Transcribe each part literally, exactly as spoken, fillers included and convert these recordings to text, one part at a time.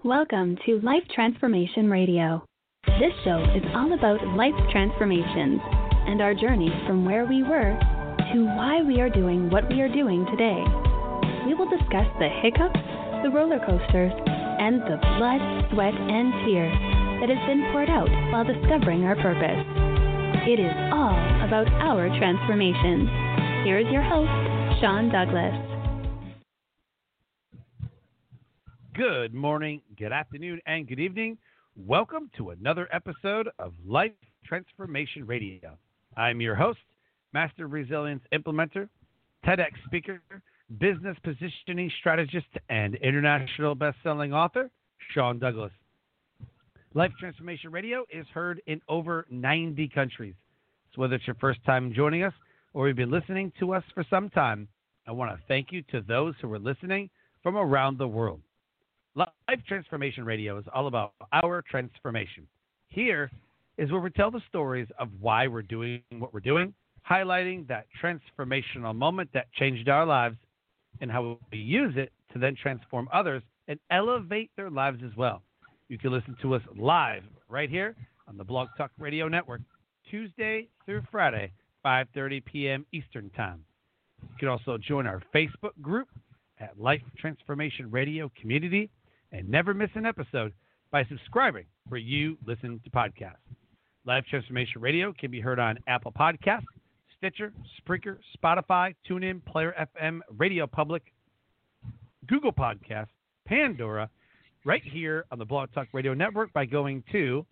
Welcome to Life Transformation Radio. This show is all about life transformations and our journey from where we were to why we are doing what we are doing today. We will discuss the hiccups, the roller coasters, and the blood, sweat, and tears that has been poured out while discovering our purpose. It is all about our transformations. Here is your host, Sean Douglas. Good morning, good afternoon, and good evening. Welcome to another episode of Life Transformation Radio. I'm your host, Master Resilience Implementer, TEDx speaker, business positioning strategist, and international best-selling author, Sean Douglas. Life Transformation Radio is heard in over ninety countries. So whether it's your first time joining us or you've been listening to us for some time, I want to thank you to those who are listening from around the world. Life Transformation Radio is all about our transformation. Here is where we tell the stories of why we're doing what we're doing, highlighting that transformational moment that changed our lives and how we use it to then transform others and elevate their lives as well. You can listen to us live right here on the Blog Talk Radio Network, Tuesday through Friday, five thirty p.m. Eastern Time. You can also join our Facebook group at Life Transformation Radio Community and never miss an episode by subscribing where you listen to podcasts. Life Transformation Radio can be heard on Apple Podcasts, Stitcher, Spreaker, Spotify, TuneIn, Player F M, Radio Public, Google Podcasts, Pandora, right here on the Blog Talk Radio Network by going to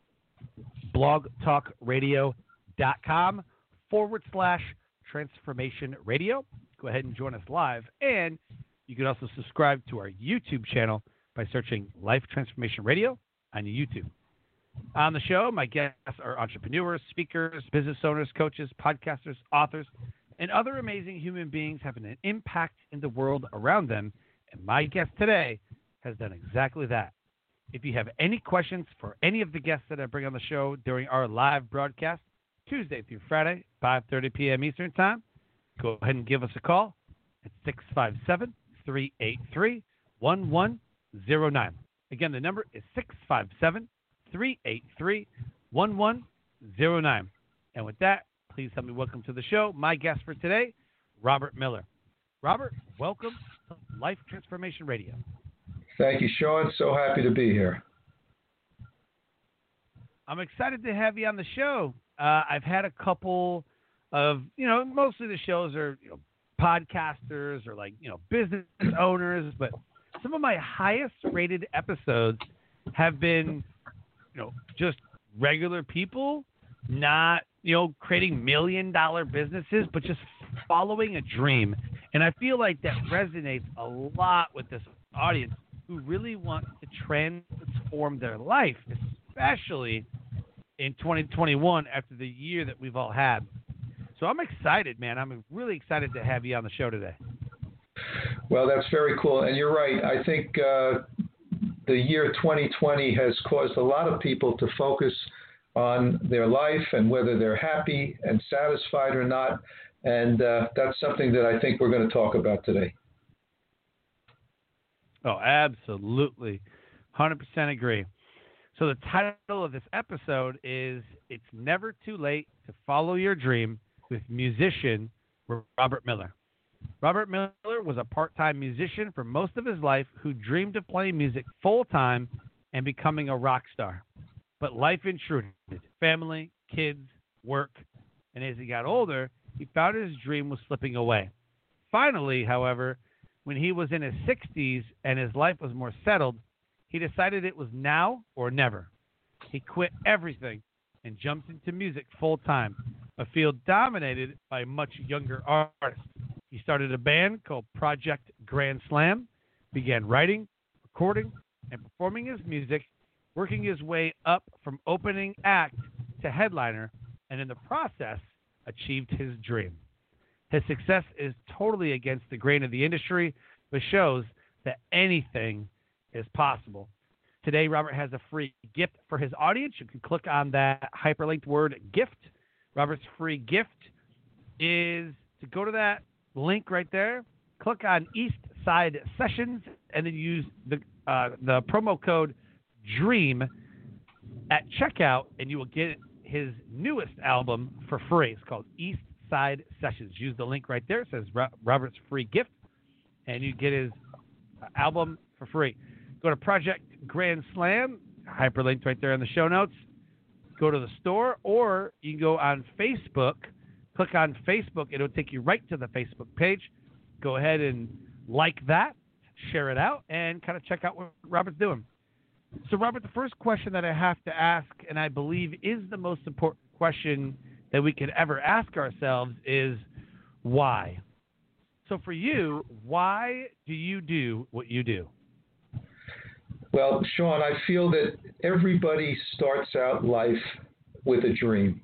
blogtalkradio.com forward slash transformation radio. Go ahead and join us live. And you can also subscribe to our YouTube channel by searching Life Transformation Radio on YouTube. On the show, my guests are entrepreneurs, speakers, business owners, coaches, podcasters, authors, and other amazing human beings having an impact in the world around them. And my guest today has done exactly that. If you have any questions for any of the guests that I bring on the show during our live broadcast, Tuesday through Friday, five thirty p.m. Eastern Time, go ahead and give us a call at six five seven, three eight three, one one zero nine. Again, the number is six five seven, three eight three, one one zero nine. And with that, please help me welcome to the show my guest for today, Robert Miller. Robert, welcome to Life Transformation Radio. Thank you, Sean. So happy to be here. I'm excited to have you on the show. Uh, I've had a couple of, you know, mostly the shows are, you know, podcasters or like, you know, business owners, but some of my highest rated episodes have been, you know, just regular people, not, you know, creating million dollar businesses, but just following a dream. And I feel like that resonates a lot with this audience who really want to transform their life, especially in twenty twenty-one after the year that we've all had. So I'm excited, man. I'm really excited to have you on the show today. Well, that's very cool. And you're right. I think uh, the year twenty twenty has caused a lot of people to focus on their life and whether they're happy and satisfied or not. And uh, that's something that I think we're going to talk about today. Oh, absolutely. one hundred percent agree. So the title of this episode is It's Never Too Late to Follow Your Dream with musician Robert Miller. Robert Miller was a part-time musician for most of his life who dreamed of playing music full-time and becoming a rock star. But life intruded, family, kids, work, and as he got older, he found his dream was slipping away. Finally, however, when he was in his sixties and his life was more settled, he decided it was now or never. He quit everything and jumped into music full-time, a field dominated by much younger artists. He started a band called Project Grand Slam, began writing, recording, and performing his music, working his way up from opening act to headliner, and in the process, achieved his dream. His success is totally against the grain of the industry, but shows that anything is possible. Today, Robert has a free gift for his audience. You can click on that hyperlinked word gift. Robert's free gift is to go to that link right there, click on East Side Sessions, and then use the uh, the promo code DREAM at checkout, and you will get his newest album for free. It's called East Side Sessions. Use the link right there. It says Robert's free gift, and you get his album for free. Go to Project Grand Slam, hyperlinked right there in the show notes. Go to the store, or you can go on Facebook. Click on Facebook. It'll take you right to the Facebook page. Go ahead and like that, share it out, and kind of check out what Robert's doing. So, Robert, the first question that I have to ask, and I believe is the most important question that we could ever ask ourselves, is why? So for you, why do you do what you do? Well, Sean, I feel that everybody starts out life with a dream.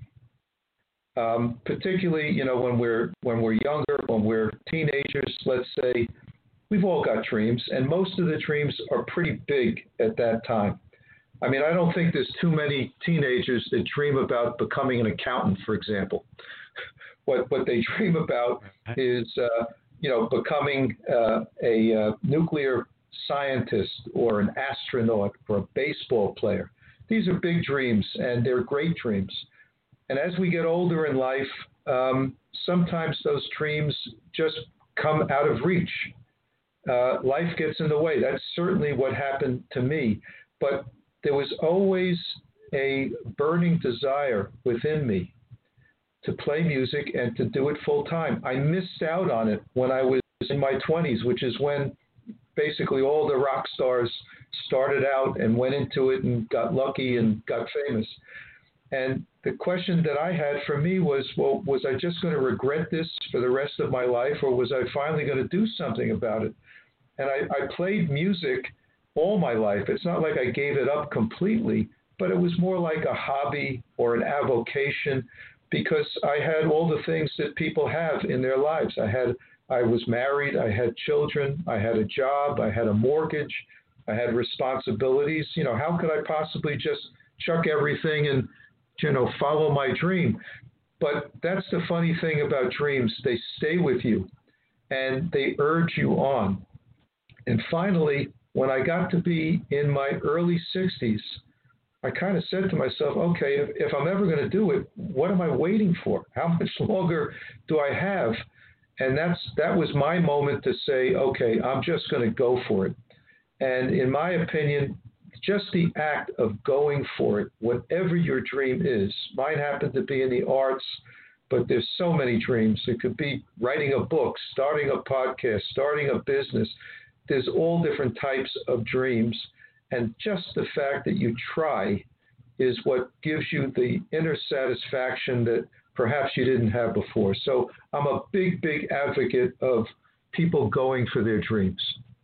Um, particularly, you know, when we're when we're younger, when we're teenagers, let's say, we've all got dreams, and most of the dreams are pretty big at that time. I mean, I don't think there's too many teenagers that dream about becoming an accountant, for example. What what they dream about is, uh, you know, becoming uh, a uh, nuclear scientist or an astronaut or a baseball player. These are big dreams, and they're great dreams. And as we get older in life, um, sometimes those dreams just come out of reach. Uh, life gets in the way. That's certainly what happened to me. But there was always a burning desire within me to play music and to do it full time. I missed out on it when I was in my twenties, which is when basically all the rock stars started out and went into it and got lucky and got famous. And the question that I had for me was, well, was I just going to regret this for the rest of my life, or was I finally going to do something about it? And I, I played music all my life. It's not like I gave it up completely, but it was more like a hobby or an avocation, because I had all the things that people have in their lives. I had, I was married, I had children, I had a job, I had a mortgage, I had responsibilities. You know, how could I possibly just chuck everything and, you know, follow my dream? But that's the funny thing about dreams. They stay with you and they urge you on. And finally, when I got to be in my early sixties, I kind of said to myself, okay, if, if I'm ever going to do it, what am I waiting for? How much longer do I have? And that's that was my moment to say, okay, I'm just going to go for it. And in my opinion, just the act of going for it, whatever your dream is. Mine happened to be in the arts, but there's so many dreams. It could be writing a book, starting a podcast, starting a business. There's all different types of dreams. And just the fact that you try is what gives you the inner satisfaction that perhaps you didn't have before. So I'm a big, big advocate of people going for their dreams.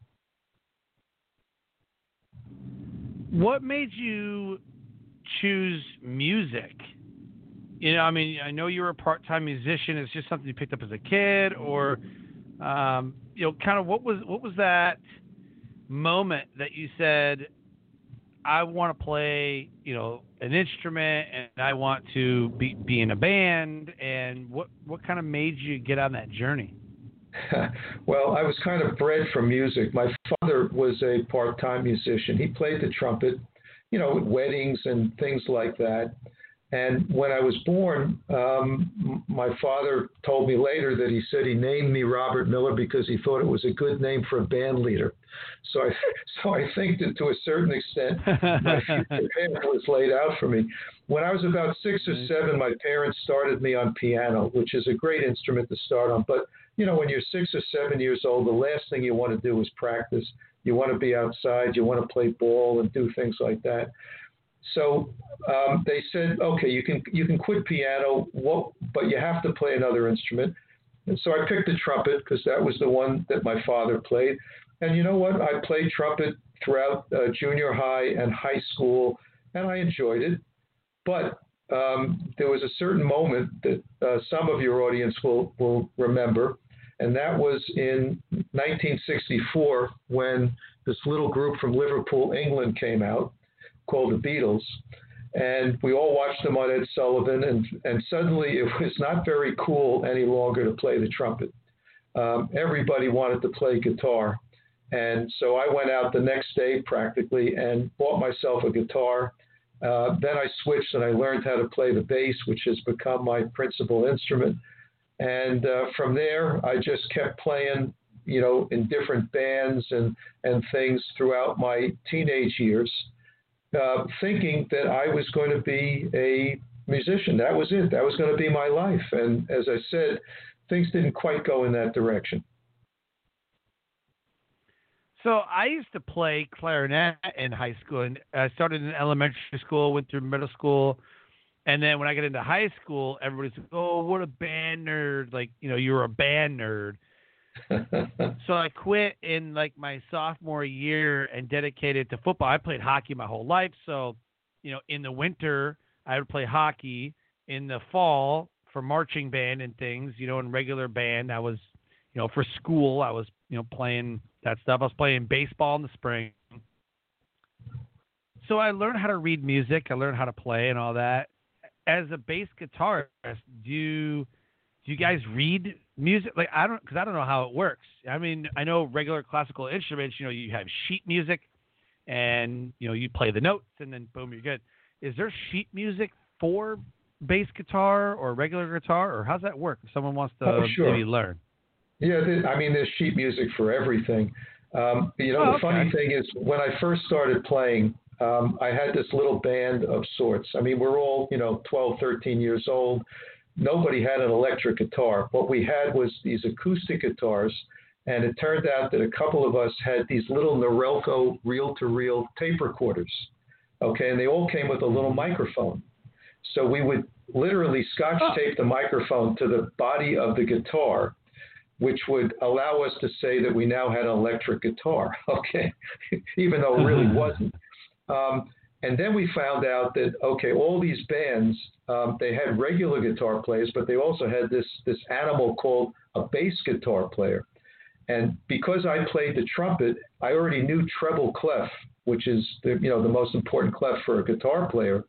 What made you choose music? You know, I mean, I know you're a part-time musician. It's just something you picked up as a kid, or, um, you know, kind of what was what was that moment that you said, I want to play, you know, an instrument, and I want to be, be in a band, and what, what kind of made you get on that journey? Well, I was kind of bred for music. My father was a part-time musician. He played the trumpet, you know, at weddings and things like that. And when I was born, um, my father told me later that he said he named me Robert Miller because he thought it was a good name for a band leader. So I, so I think that to a certain extent, my future path was laid out for me. When I was about six or seven, my parents started me on piano, which is a great instrument to start on. But, you know, when you're six or seven years old, the last thing you want to do is practice. You want to be outside. You want to play ball and do things like that. So um, they said, okay, you can you can quit piano, what, but you have to play another instrument. And so I picked the trumpet because that was the one that my father played. And you know what? I played trumpet throughout uh, junior high and high school, and I enjoyed it. But um, there was a certain moment that uh, some of your audience will, will remember, and that was in nineteen sixty-four when this little group from Liverpool, England came out, called the Beatles, and we all watched them on Ed Sullivan, and, and suddenly it was not very cool any longer to play the trumpet. Um, everybody wanted to play guitar, And so I went out the next day practically and bought myself a guitar. Uh, then I switched and I learned how to play the bass, which has become my principal instrument. And uh, from there, I just kept playing, you know, in different bands and, and things throughout my teenage years, uh, thinking that I was going to be a musician. That was it. That was going to be my life. And as I said, things didn't quite go in that direction. So I used to play clarinet in high school, and I started in elementary school, went through middle school, and then when I got into high school, everybody's like, "Oh, what a band nerd!" Like, you know, you're a band nerd. So I quit in like my sophomore year and dedicated to football. I played hockey my whole life, so you know, in the winter I would play hockey. In the fall for marching band and things, you know, in regular band, I was, you know, for school, I was, you know, playing that stuff. I was playing baseball in the spring. So I learned how to read music. I learned how to play and all that. As a bass guitarist, do you, do you guys read music? Like, I don't, because I don't know how it works. I mean, I know regular classical instruments, you know, you have sheet music and, you know, you play the notes and then boom, you're good. Is there sheet music for bass guitar or regular guitar, or how's that work if someone wants to oh, sure. maybe learn? Yeah, I mean, there's sheet music for everything. Um, you know, oh, the okay. funny thing is when I first started playing, um, I had this little band of sorts. I mean, we're all, you know, twelve, thirteen years old. Nobody had an electric guitar. What we had was these acoustic guitars, and it turned out that a couple of us had these little Norelco reel-to-reel tape recorders, okay, and they all came with a little microphone. So we would literally scotch tape the microphone to the body of the guitar, which would allow us to say that we now had an electric guitar, okay, even though it really wasn't. Um, and then we found out that, okay, all these bands, um, they had regular guitar players, but they also had this, this animal called a bass guitar player. And because I played the trumpet, I already knew treble clef, which is the, you know, the most important clef for a guitar player.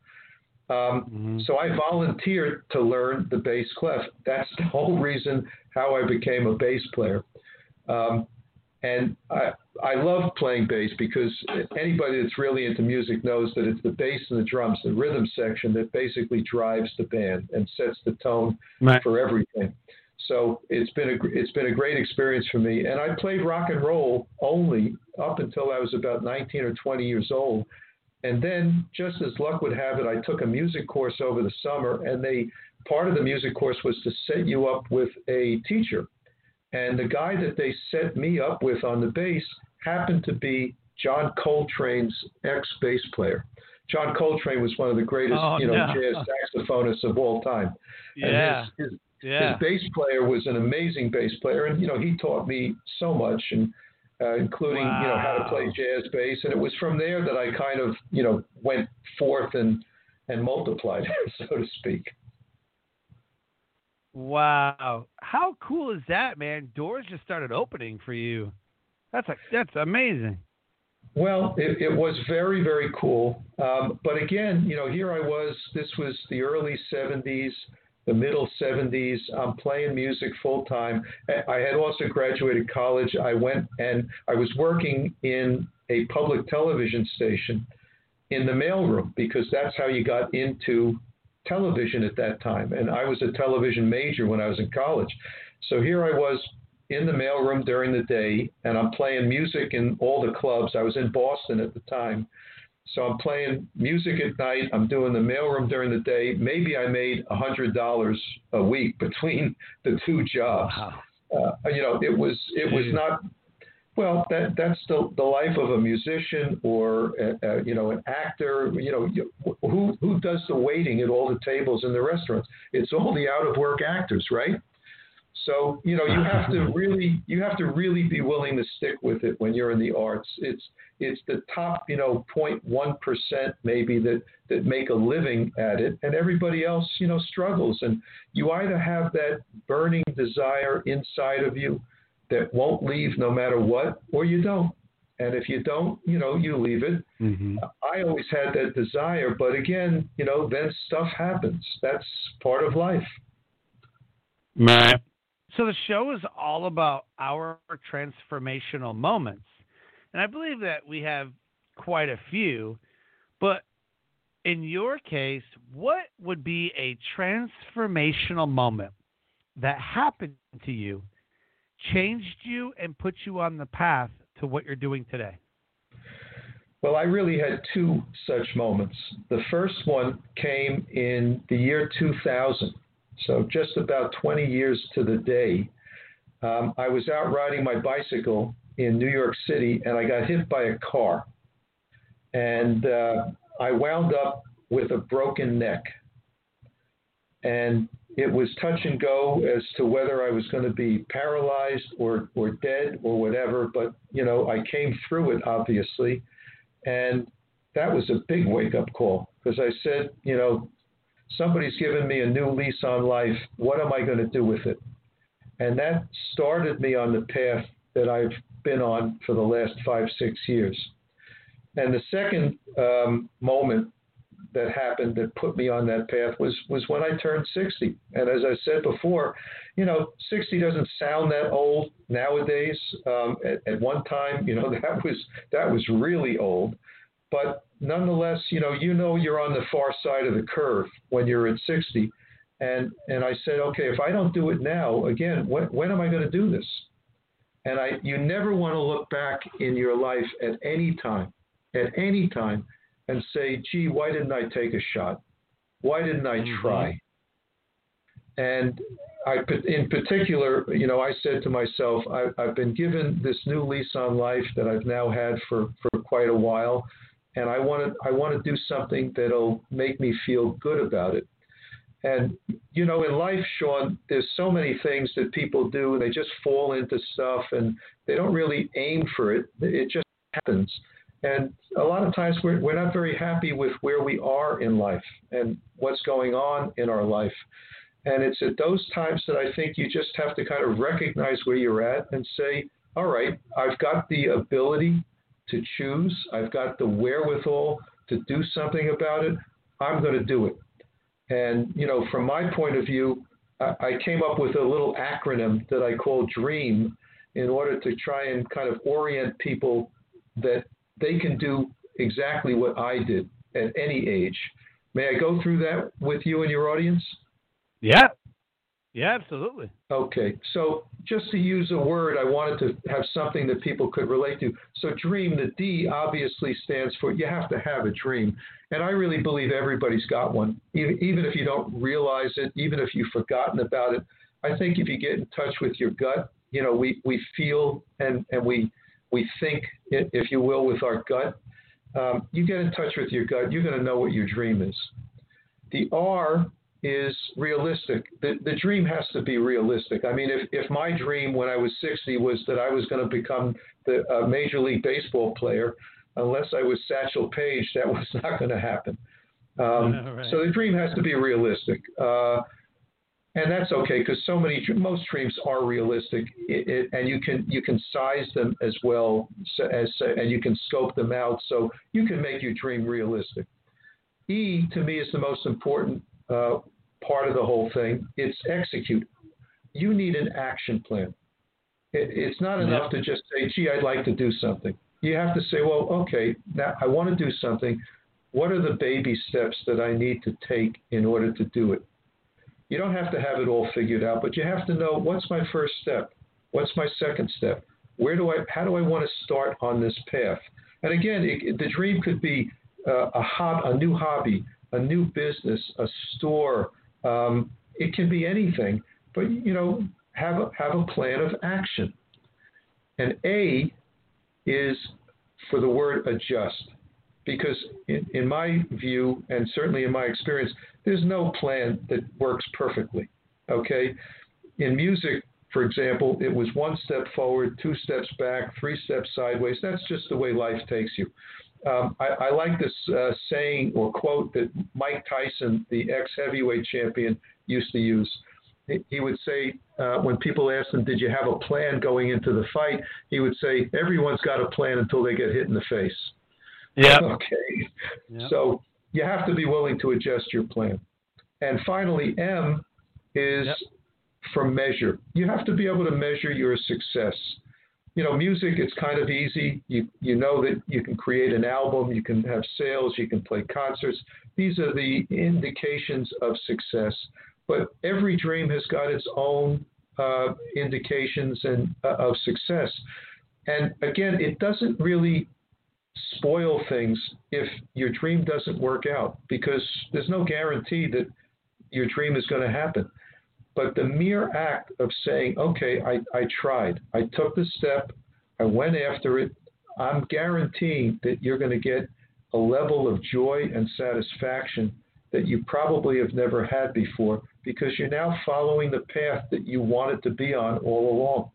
Um, mm-hmm. So I volunteered to learn the bass clef. That's the whole reason how I became a bass player. Um, and I, I love playing bass because anybody that's really into music knows that it's the bass and the drums, the rhythm section that basically drives the band and sets the tone right. for everything. So it's been a it's been a great experience for me. And I played rock and roll only up until I was about nineteen or twenty years old. And then, just as luck would have it, I took a music course over the summer, and they part of the music course was to set you up with a teacher. And the guy that they set me up with on the bass happened to be John Coltrane's ex-bass player. John Coltrane was one of the greatest, oh, you know, no. jazz saxophonists of all time. Yeah. And his, his, yeah. his bass player was an amazing bass player, and you know, he taught me so much, and uh, including wow. you know how to play jazz bass. And it was from there that I kind of you know went forth and and multiplied, so to speak. Wow, how cool is that, man? Doors just started opening for you. That's a, that's amazing. Well, it, it was very, very cool. Um, but again, you know, here I was, this was the early seventies, the middle seventies. I'm playing music full time. I had also graduated college. I went and I was working in a public television station in the mailroom because that's how you got into television at that time. And I was a television major when I was in college. So here I was in the mailroom during the day, and I'm playing music in all the clubs. I was in Boston at the time. So I'm playing music at night. I'm doing the mailroom during the day. Maybe I made one hundred dollars a week between the two jobs. Wow. Uh, you know, it was it was not, well, that that's the, the life of a musician or, a, a, you know, an actor. You know, who who does the waiting at all the tables in the restaurants? It's all the out-of-work actors, right? So, you know, you have to really, you have to really be willing to stick with it when you're in the arts. It's, it's the top, you know, zero point one percent maybe that, that make a living at it, and everybody else, you know, struggles. And you either have that burning desire inside of you that won't leave no matter what, or you don't. And if you don't, you know, you leave it. Mm-hmm. I always had that desire, but again, you know, then stuff happens. That's part of life. Right. So the show is all about our transformational moments. and I believe that we have quite a few, but in your case, what would be a transformational moment that happened to you, changed you, and put you on the path to what you're doing today? Well, I really had two such moments. The first one came in the year two thousand, so just about twenty years to the day. Um, I was out riding my bicycle in New York City, and I got hit by a car. And uh, I wound up with a broken neck. And it was touch and go as to whether I was going to be paralyzed or, or dead or whatever. But, you know, I came through it, obviously. And that was a big wake-up call, because I said, you know, somebody's given me a new lease on life. What am I going to do with it? And that started me on the path that I've been on for the last five, six years. And the second um, moment that happened that put me on that path was was when I turned sixty. And as I said before, you know, sixty doesn't sound that old nowadays. Um, at, at one time, you know, that was that was really old. But nonetheless, you know, you know you're on the far side of the curve when you're at sixty. And and I said, okay, if I don't do it now, again, when when am I going to do this? And I you never want to look back in your life at any time, at any time, and say, gee, why didn't I take a shot? Why didn't I try? Mm-hmm. And I, in particular, you know, I said to myself, I, I've been given this new lease on life that I've now had for, for quite a while, and I want to I want to do something that'll make me feel good about it. And, you know, in life, Sean, there's so many things that people do, and they just fall into stuff, and they don't really aim for it. It just happens. And a lot of times we're, we're not very happy with where we are in life and what's going on in our life. And it's at those times that I think you just have to kind of recognize where you're at and say, all right, I've got the ability to choose. I've got the wherewithal to do something about it. I'm going to do it. And, you know, from my point of view, I, I came up with a little acronym that I call DREAM in order to try and kind of orient people that they can do exactly what I did at any age. May I go through that with you and your audience? Yeah. Yeah, absolutely. Okay. So just to use a word, I wanted to have something that people could relate to. So DREAM, the D obviously stands for you have to have a dream. And I really believe everybody's got one, even, even if you don't realize it, even if you've forgotten about it. I think if you get in touch with your gut, you know, we, we feel and, and we we think, if you will, with our gut. Um, you get in touch with your gut, you're going to know what your dream is. The R is realistic. The, the dream has to be realistic. I mean, if, if my dream when I was sixty was that I was going to become the uh, Major League Baseball player, unless I was Satchel Paige, that was not going to happen. Um, right. So the dream has to be realistic. Uh, And that's okay, because so many, most dreams are realistic, it, it, and you can you can size them as well as and you can scope them out, so you can make your dream realistic. E to me is the most important uh, part of the whole thing. It's execute. You need an action plan. It, it's not enough yeah. to just say, "Gee, I'd like to do something." You have to say, "Well, okay, now I want to do something. What are the baby steps that I need to take in order to do it?" You don't have to have it all figured out, but you have to know, what's my first step? What's my second step? Where do I, how do I want to start on this path? And again, it, the dream could be uh, a, hob, a new hobby, a new business, a store. Um, it can be anything, but, you know, have a, have a plan of action. And A is for the word adjust. Because in, in my view, and certainly in my experience, there's no plan that works perfectly, okay? In music, for example, it was one step forward, two steps back, three steps sideways. That's just the way life takes you. Um, I, I like this uh, saying or quote that Mike Tyson, the ex-heavyweight champion, used to use. He would say, uh, when people asked him, did you have a plan going into the fight? He would say, everyone's got a plan until they get hit in the face. Yeah. Okay. Yep. So you have to be willing to adjust your plan. And finally, M is yep. for measure. You have to be able to measure your success. you know, music, it's kind of easy. You you know that you can create an album, you can have sales, you can play concerts. These are the indications of success. But every dream has got its own uh, indications and uh, of success. And again, it doesn't really spoil things if your dream doesn't work out, because there's no guarantee that your dream is going to happen. But the mere act of saying, okay, I, I tried, I took the step, I went after it, I'm guaranteeing that you're going to get a level of joy and satisfaction that you probably have never had before, because you're now following the path that you wanted to be on all along.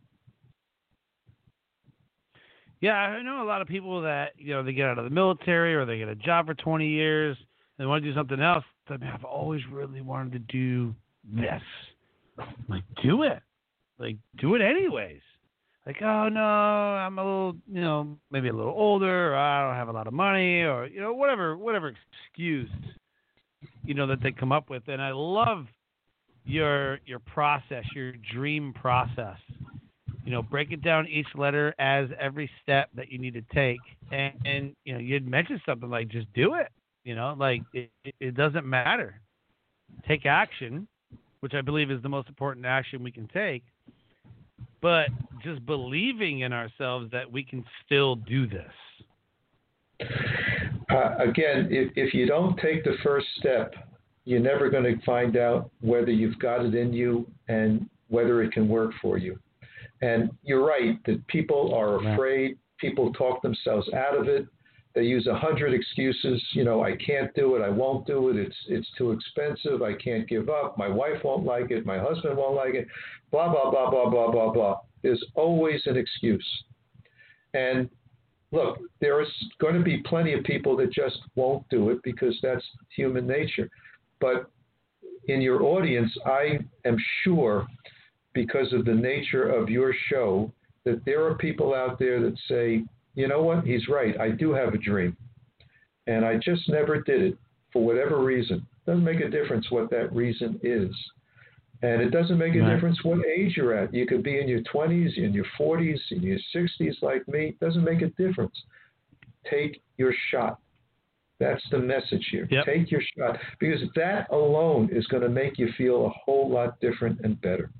Yeah, I know a lot of people that, you know, they get out of the military or they get a job for twenty years and they want to do something else. I mean, I've always really wanted to do this. Like, do it. Like, do it anyways. Like, oh, no, I'm a little, you know, maybe a little older, or I don't have a lot of money, or, you know, whatever, whatever excuse, you know, that they come up with. And I love your your process, your dream process. You know, break it down each letter as every step that you need to take. And, and you know, you'd mentioned something like just do it. You know, like it, it doesn't matter. Take action, which I believe is the most important action we can take. But just believing in ourselves that we can still do this. Uh, again, if, if you don't take the first step, you're never going to find out whether you've got it in you and whether it can work for you. And you're right that people are afraid. People talk themselves out of it. They use a hundred excuses. You know, I can't do it. I won't do it. It's it's too expensive. I can't give up. My wife won't like it. My husband won't like it. Blah, blah, blah, blah, blah, blah, blah. There's always an excuse. And look, there is going to be plenty of people that just won't do it because that's human nature. But in your audience, I am sure, because of the nature of your show, that there are people out there that say, you know what, he's right. I do have a dream. And I just never did it for whatever reason. Doesn't make a difference what that reason is. And it doesn't make a right. difference what age you're at. You could be in your twenties, in your forties, in your sixties like me. It doesn't make a difference. Take your shot. That's the message here. Yep. Take your shot. Because that alone is going to make you feel a whole lot different and better.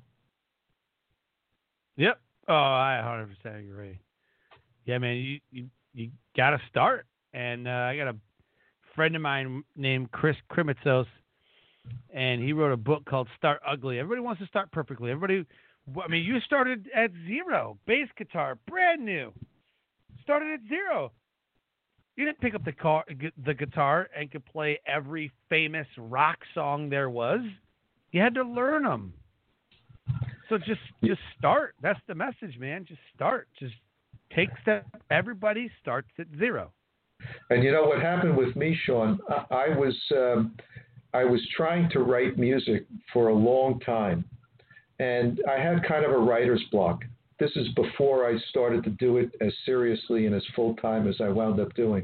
Yep. Oh, I one hundred percent agree. Yeah, man, you you, you got to start. And uh, I got a friend of mine named Chris Krimitzos, and he wrote a book called Start Ugly. Everybody wants to start perfectly. Everybody, I mean, you started at zero, bass guitar, brand new. Started at zero. You didn't pick up the car, the guitar and could play every famous rock song there was. You had to learn them. So just just start. That's the message, man. Just start. Just take step. Everybody starts at zero. And you know what happened with me, Sean? I, I was um, I was trying to write music for a long time, and I had kind of a writer's block. This is before I started to do it as seriously and as full time as I wound up doing.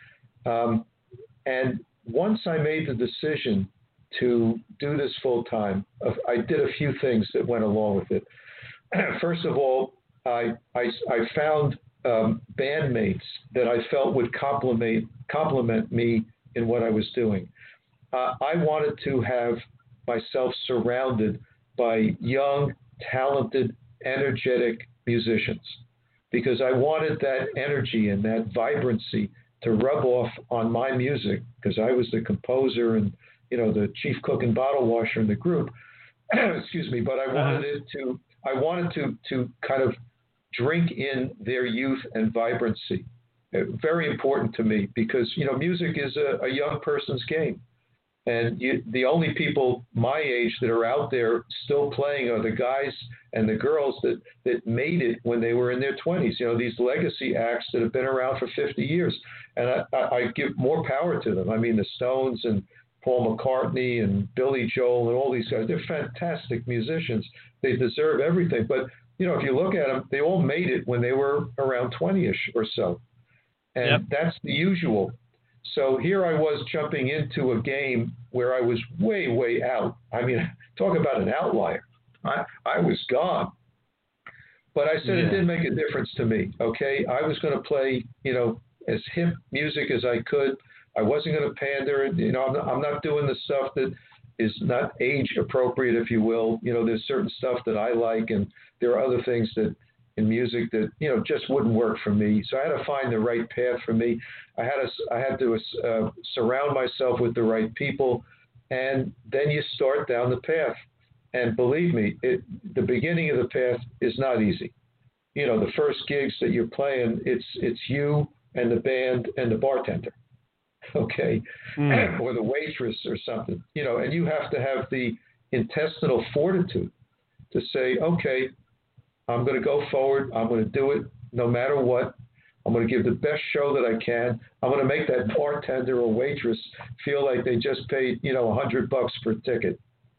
Um, and once I made the decision to do this full time, I did a few things that went along with it. First of all, I, I, I found um, bandmates that I felt would complement, complement me in what I was doing. Uh, I wanted to have myself surrounded by young, talented, energetic musicians, because I wanted that energy and that vibrancy to rub off on my music, because I was the composer and, you know, the chief cook and bottle washer in the group. Excuse me, but I wanted it to, I wanted to, to kind of drink in their youth and vibrancy. Uh, very important to me, because, you know, music is a, a young person's game. And you, the only people my age that are out there still playing are the guys and the girls that, that made it when they were in their twenties. You know, these legacy acts that have been around for fifty years. And I, I, I give more power to them. I mean, the Stones and Paul McCartney and Billy Joel and all these guys, they're fantastic musicians. They deserve everything. But, you know, if you look at them, they all made it when they were around twenty-ish or so. And yep. That's the usual. So here I was jumping into a game where I was way, way out. I mean, talk about an outlier. I, I was gone. But I said yeah. it didn't make a difference to me, okay? I was going to play, you know, as hip music as I could. I wasn't going to pander. You know, I'm not, I'm not doing the stuff that is not age appropriate, if you will. You know, there's certain stuff that I like, and there are other things that in music that, you know, just wouldn't work for me. So I had to find the right path for me. I had to, I had to uh, surround myself with the right people, and then you start down the path. And believe me, it, the beginning of the path is not easy. You know, the first gigs that you're playing, it's it's you and the band and the bartender, okay, mm. or the waitress or something. You know, and you have to have the intestinal fortitude to say, okay, I'm going to go forward. I'm going to do it no matter what. I'm going to give the best show that I can. I'm going to make that bartender or waitress feel like they just paid, you know, a hundred bucks for a ticket.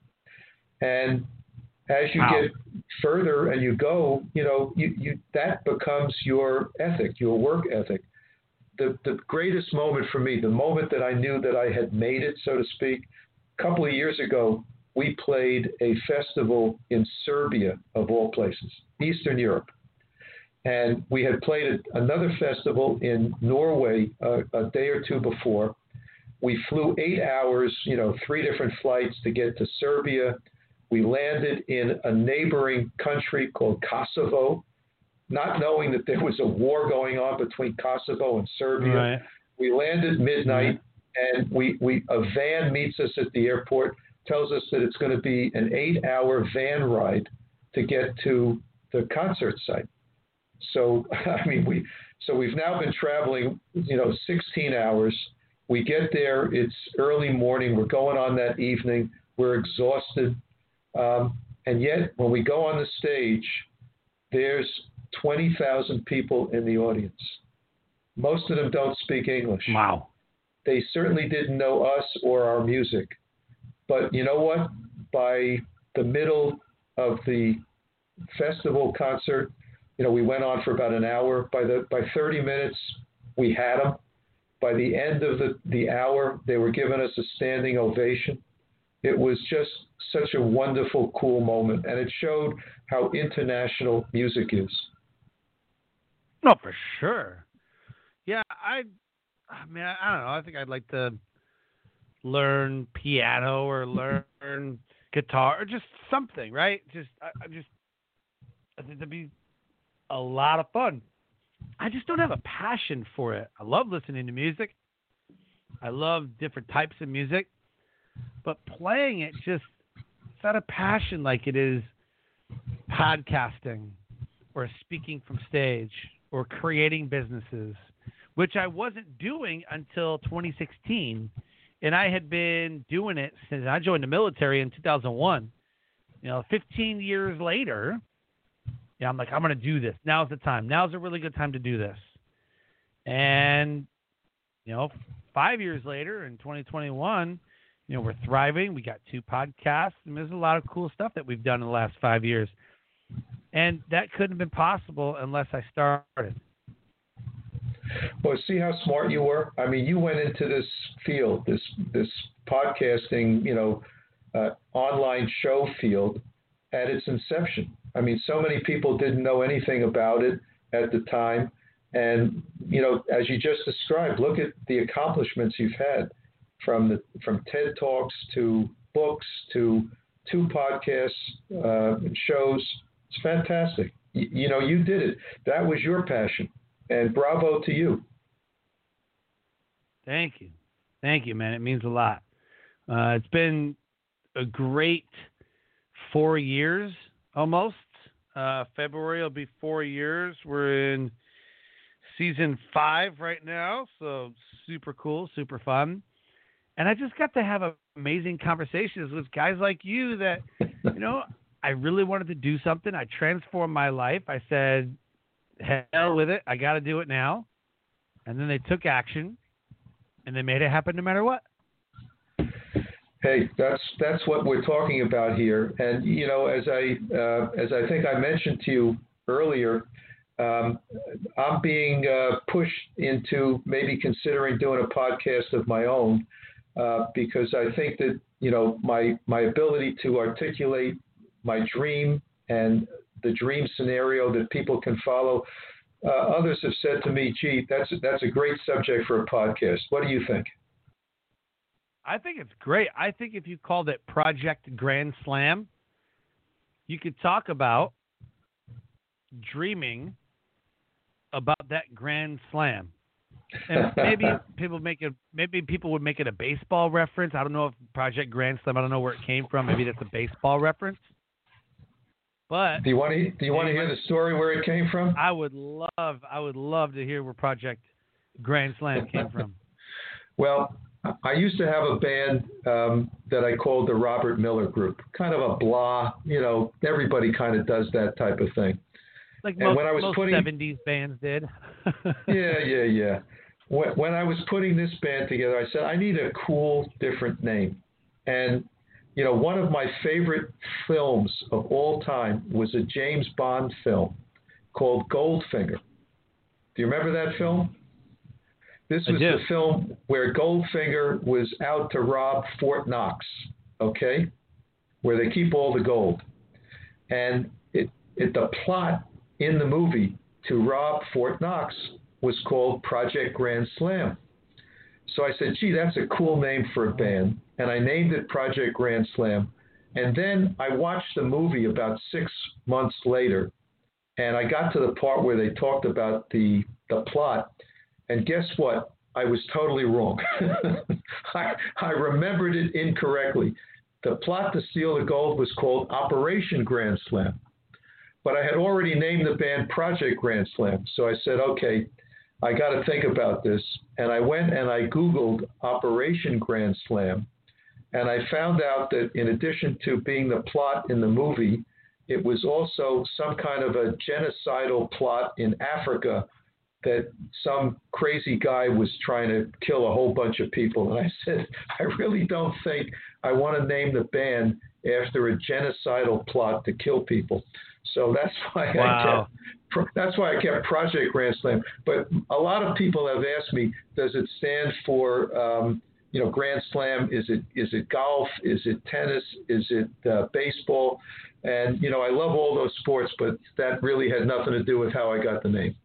And as you wow. get further and you go, you know, you, you that becomes your ethic, your work ethic. The the greatest moment for me, the moment that I knew that I had made it, so to speak, a couple of years ago, we played a festival in Serbia, of all places, Eastern Europe. And we had played another festival in Norway uh, a day or two before. We flew eight hours, you know, three different flights to get to Serbia. We landed in a neighboring country called Kosovo, not knowing that there was a war going on between Kosovo and Serbia. Right. We landed midnight, mm-hmm. and we, we a van meets us at the airport, tells us that it's going to be an eight-hour van ride to get to the concert site. So, I mean, we so we've now been traveling, you know, sixteen hours. We get there, it's early morning. We're going on that evening. We're exhausted. Um, and yet, when we go on the stage, there's twenty thousand people in the audience. Most of them don't speak English. Wow. They certainly didn't know us or our music. But you know what? By the middle of the festival concert, you know, we went on for about an hour. By the by thirty minutes, we had them. By the end of the, the hour, they were giving us a standing ovation. It was just such a wonderful, cool moment, and it showed how international music is. No, for sure. Yeah, I, I mean, I, I don't know. I think I'd like to learn piano or learn guitar or just something, right? Just, I, I just, I think that'd be a lot of fun. I just don't have a passion for it. I love listening to music. I love different types of music. But playing it just, it's not a passion like it is podcasting or speaking from stage or creating businesses, which I wasn't doing until twenty sixteen. And I had been doing it since I joined the military in two thousand one. You know, fifteen years later, yeah, I'm like, I'm going to do this. Now's the time. Now's a really good time to do this. And, you know, five years later in twenty twenty-one, you know, we're thriving. We got two podcasts, and there's a lot of cool stuff that we've done in the last five years. And that couldn't have been possible unless I started. Well, see how smart you were? I mean, you went into this field, this this podcasting, you know, uh, online show field at its inception. I mean, so many people didn't know anything about it at the time. And, you know, as you just described, look at the accomplishments you've had. From the from TED Talks to books to two podcasts uh, and shows. It's fantastic. You, you know, you did it. That was your passion, and bravo to you. Thank you, thank you, man. It means a lot. Uh, it's been a great four years almost. Uh, February will be four years. We're in season five right now, so super cool, super fun. And I just got to have amazing conversations with guys like you that, you know, I really wanted to do something. I transformed my life. I said, hell with it. I got to do it now. And then they took action, and they made it happen no matter what. Hey, that's that's what we're talking about here. And, you know, as I, uh, as I think I mentioned to you earlier, um, I'm being uh, pushed into maybe considering doing a podcast of my own. Uh, because I think that, you know, my my ability to articulate my dream and the dream scenario that people can follow. Uh, others have said to me, gee, that's, that's a great subject for a podcast. What do you think? I think it's great. I think if you called it Project Grand Slam, you could talk about dreaming about that Grand Slam. And maybe people make it. Maybe people would make it a baseball reference. I don't know if Project Grand Slam. I don't know where it came from. Maybe that's a baseball reference. But do you want to? Do you want to hear the story where it came from? I would love. I would love to hear where Project Grand Slam came from. Well, I used to have a band um, that I called the Robert Miller Group. Kind of a blah. You know, everybody kind of does that type of thing. Like and most, when I was most putting, seventies bands did. yeah, yeah, yeah. When, when I was putting this band together, I said, I need a cool, different name. And, you know, one of my favorite films of all time was a James Bond film called Goldfinger. Do you remember that film? This was the film where Goldfinger was out to rob Fort Knox, okay, where they keep all the gold. And it, it the plot in the movie to rob Fort Knox was called Project Grand Slam. So I said, gee, that's a cool name for a band. And I named it Project Grand Slam. And then I watched the movie about six months later. And I got to the part where they talked about the, the plot. And guess what? I was totally wrong. I, I remembered it incorrectly. The plot to steal the gold was called Operation Grand Slam. But I had already named the band Project Grand Slam. So I said, okay, I got to think about this. And I went and I Googled Operation Grand Slam. And I found out that in addition to being the plot in the movie, it was also some kind of a genocidal plot in Africa that some crazy guy was trying to kill a whole bunch of people. And I said, I really don't think I want to name the band after a genocidal plot to kill people. So that's why wow. I kept that's why I kept Project Grand Slam. But a lot of people have asked me, does it stand for um, you know Grand Slam? Is it is it golf? Is it tennis? Is it uh, baseball? And you know I love all those sports, but that really had nothing to do with how I got the name.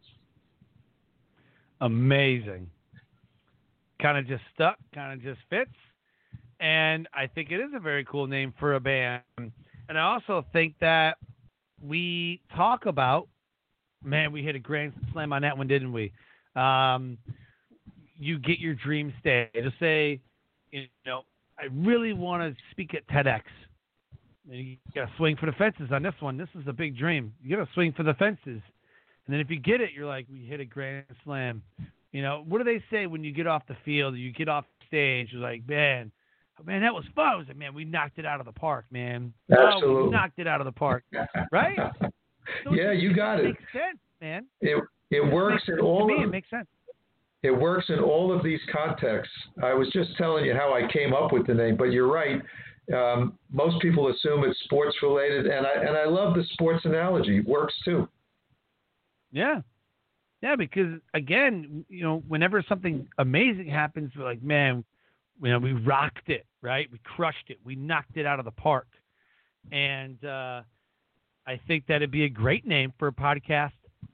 Amazing. Kind of just stuck. Kind of just fits. And I think it is a very cool name for a band. And I also think that we talk about, man, we hit a grand slam on that one, didn't we? Um, you get your dream stage. Just say, you know, I really want to speak at TEDx. You got to swing for the fences on this one. This is a big dream. You got to swing for the fences. And then if you get it, you're like, we hit a grand slam. You know, what do they say when you get off the field, you get off stage, you're like, man, Man, that was fun. I was like, man, we knocked it out of the park, man. Absolutely. Oh, we knocked it out of the park. Right? So yeah, you got it. it. It makes sense, man. It it works it makes, in all to me, of, it makes sense. It works in all of these contexts. I was just telling you how I came up with the name, but you're right. Um, most people assume it's sports related, and I and I love the sports analogy. It works too. Yeah. Yeah, because again, you know, whenever something amazing happens, we're like, man, you know, we rocked it, right? We crushed it. We knocked it out of the park. And uh, I think that'd be a great name for a podcast.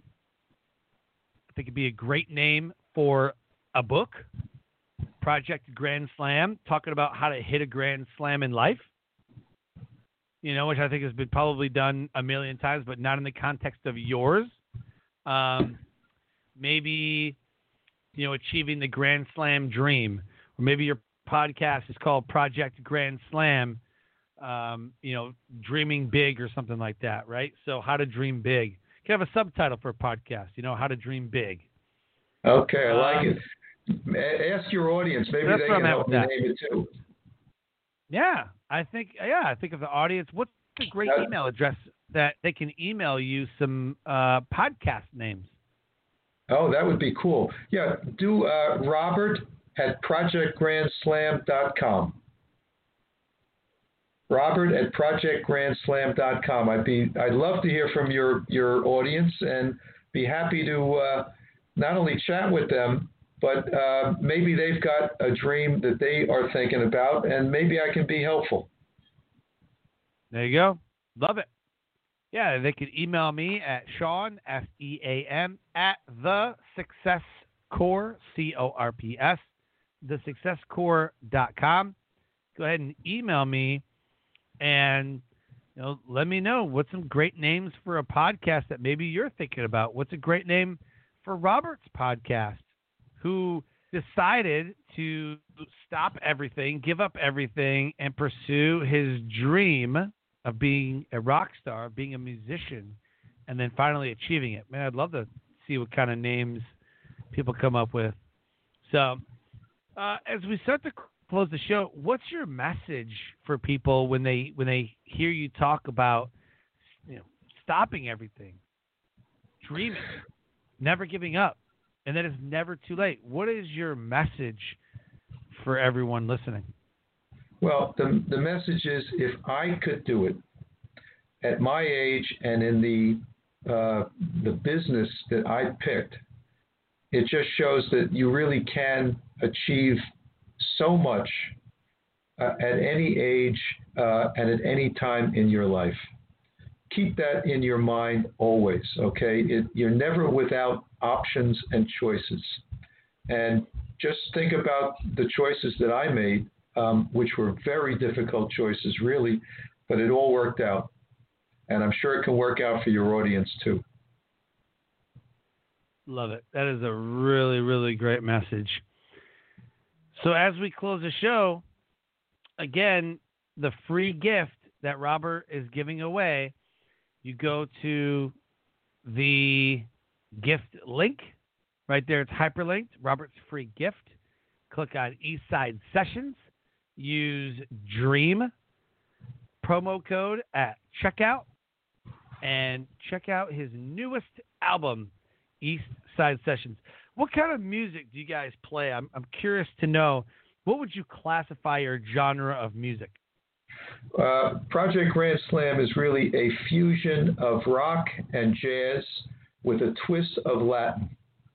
I think it'd be a great name for a book, Project Grand Slam, talking about how to hit a grand slam in life. You know, which I think has been probably done a million times, but not in the context of yours. Um, maybe, you know, achieving the Grand Slam dream, or maybe your podcast is called Project Grand Slam, um, you know, dreaming big or something like that, right? So how to dream big. You can have a subtitle for a podcast, you know, how to dream big. Okay, I like um, it. Ask your audience. Maybe That's they where can I'm at help with me that. name it too. Yeah, I think, yeah, I think of the audience. What's a great Uh, email address that they can email you some uh, podcast names? Oh, that would be cool. Yeah, do uh, Robert at project grand slam dot com. Robert at project grand slam dot com. I'd be, I'd love to hear from your, your audience and be happy to uh, not only chat with them, but uh, maybe they've got a dream that they are thinking about, and maybe I can be helpful. There you go. Love it. Yeah, they could email me at Sean, S E A N, at the Success Core, C O R P S, the success core dot com. Go ahead and email me and you know, let me know what's some great names for a podcast that maybe you're thinking about. What's a great name for Robert's podcast, who decided to stop everything, give up everything, and pursue his dream of being a rock star, being a musician, and then finally achieving it. Man, I'd love to see what kind of names people come up with. So uh, as we start to close the show, what's your message for people when they when they hear you talk about, you know, stopping everything, dreaming, never giving up, and that it's never too late? What is your message for everyone listening? Well, the, the message is, if I could do it at my age and in the uh, the business that I picked, it just shows that you really can achieve so much uh, at any age uh, and at any time in your life. Keep that in your mind always, okay? It, you're never without options and choices. And just think about the choices that I made, um, which were very difficult choices, really, but it all worked out. And I'm sure it can work out for your audience, too. Love it. That is a really, really great message. So as we close the show, again, the free gift that Robert is giving away, you go to the gift link. Right there, it's hyperlinked, Robert's free gift. Click on Eastside Sessions. Use DREAM promo code at checkout and check out his newest album, Eastside Sessions. What kind of music do you guys play? I'm I'm curious to know. What would you classify your genre of music? Uh, Project Grand Slam is really a fusion of rock and jazz with a twist of Latin.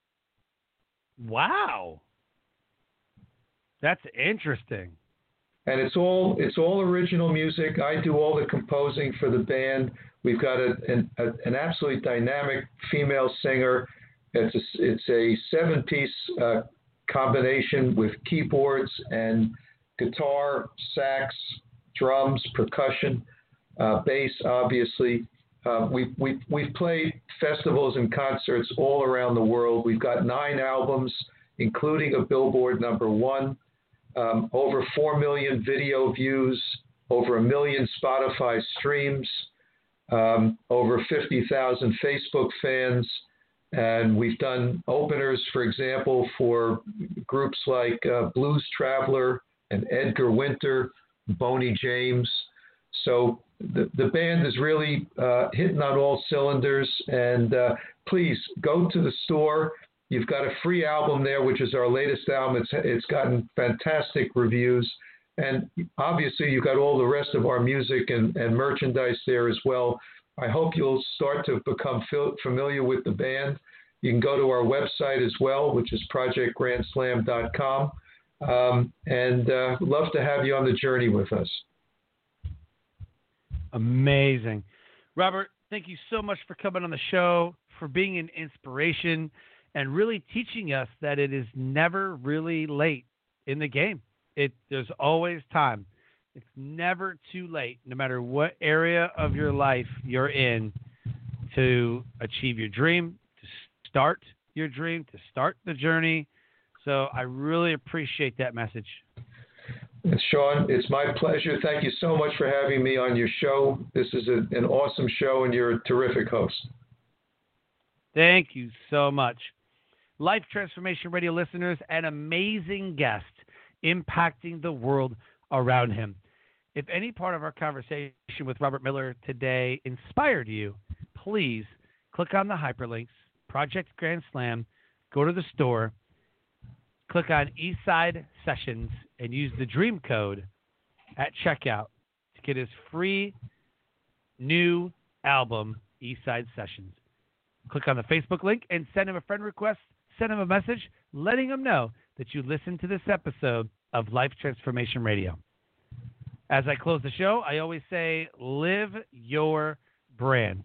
Wow. That's interesting. And it's all it's all original music. I do all the composing for the band. We've got a, an, a, an absolutely dynamic female singer. It's a, it's a seven-piece uh, combination with keyboards and guitar, sax, drums, percussion, uh, bass, obviously. Uh, we, we, we've played festivals and concerts all around the world. We've got nine albums, including a Billboard number one, um, over four million video views, over a million Spotify streams, um, over fifty thousand Facebook fans. And we've done openers, for example, for groups like uh, Blues Traveler and Edgar Winter, Boney James. So the, the band is really uh, hitting on all cylinders. And uh, please go to the store. You've got a free album there, which is our latest album. It's, it's gotten fantastic reviews. And obviously, you've got all the rest of our music and, and merchandise there as well. I hope you'll start to become familiar with the band. You can go to our website as well, which is project grand slam dot com. Um, and uh, love to have you on the journey with us. Amazing. Robert, thank you so much for coming on the show, for being an inspiration, and really teaching us that it is never really late in the game. It, there's always time. It's never too late, no matter what area of your life you're in, to achieve your dream, to start your dream, to start the journey. So I really appreciate that message. And Sean, it's my pleasure. Thank you so much for having me on your show. This is a, an awesome show, and you're a terrific host. Thank you so much. Life Transformation Radio listeners, an amazing guest impacting the world around him. If any part of our conversation with Robert Miller today inspired you, please click on the hyperlinks, Project Grand Slam, go to the store, click on Eastside Sessions, and use the DREAM code at checkout to get his free new album, Eastside Sessions. Click on the Facebook link and send him a friend request, send him a message letting him know that you listened to this episode of Life Transformation Radio. As I close the show, I always say, live your brand.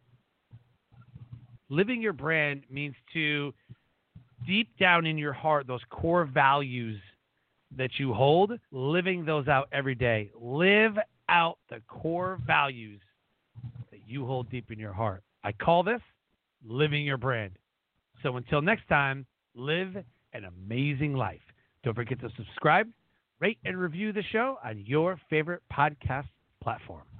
Living your brand means to, deep down in your heart, those core values that you hold, living those out every day. Live out the core values that you hold deep in your heart. I call this living your brand. So until next time, live an amazing life. Don't forget to subscribe, rate, and review the show on your favorite podcast platform.